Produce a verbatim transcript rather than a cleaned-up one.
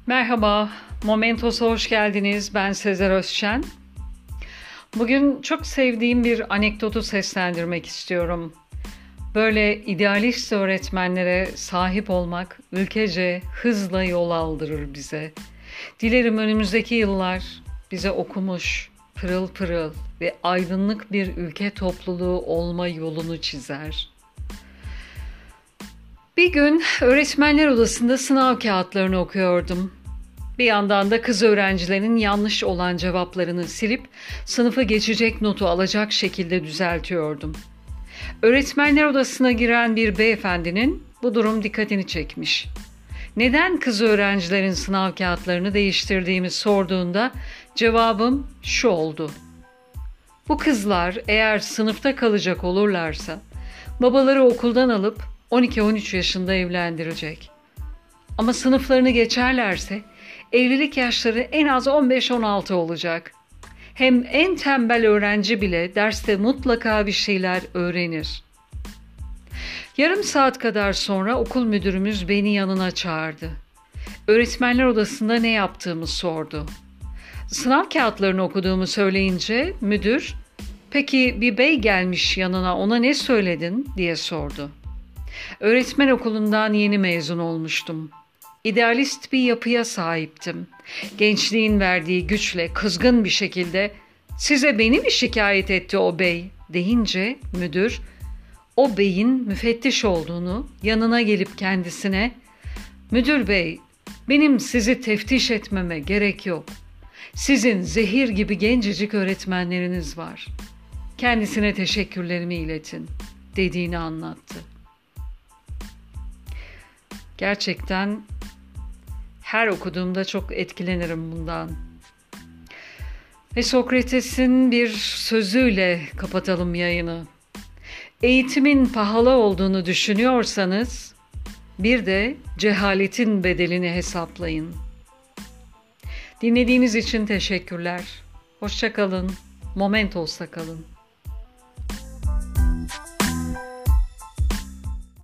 Merhaba, Momentos'a hoş geldiniz. Ben Sezer Özşen. Bugün çok sevdiğim bir anekdotu seslendirmek istiyorum. Böyle idealist öğretmenlere sahip olmak ülkece hızla yol aldırır bize. Dilerim önümüzdeki yıllar bize okumuş, pırıl pırıl ve aydınlık bir ülke topluluğu olma yolunu çizer. Bir gün öğretmenler odasında sınav kağıtlarını okuyordum. Bir yandan da kız öğrencilerin yanlış olan cevaplarını silip sınıfı geçecek notu alacak şekilde düzeltiyordum. Öğretmenler odasına giren bir beyefendinin bu durum dikkatini çekmiş. Neden kız öğrencilerin sınav kağıtlarını değiştirdiğimi sorduğunda cevabım şu oldu. Bu kızlar eğer sınıfta kalacak olurlarsa babaları okuldan alıp on iki on üç yaşında evlendirecek. Ama sınıflarını geçerlerse evlilik yaşları en az on beş on altı olacak. Hem en tembel öğrenci bile derste mutlaka bir şeyler öğrenir. Yarım saat kadar sonra okul müdürümüz beni yanına çağırdı. Öğretmenler odasında ne yaptığımı sordu. Sınav kağıtlarını okuduğumu söyleyince müdür, "Peki bir bey gelmiş yanına, ona ne söyledin?" diye sordu. Öğretmen okulundan yeni mezun olmuştum. İdealist bir yapıya sahiptim. Gençliğin verdiği güçle kızgın bir şekilde "Size beni mi şikayet etti o bey?" deyince müdür o beyin müfettiş olduğunu, yanına gelip kendisine "Müdür bey, benim sizi teftiş etmeme gerek yok. Sizin zehir gibi gencecik öğretmenleriniz var. Kendisine teşekkürlerimi iletin" dediğini anlattı. Gerçekten her okuduğumda çok etkilenirim bundan. Ve Sokrates'in bir sözüyle kapatalım yayını. Eğitimin pahalı olduğunu düşünüyorsanız bir de cehaletin bedelini hesaplayın. Dinlediğiniz için teşekkürler. Hoşça kalın. Momentos'ta kalın.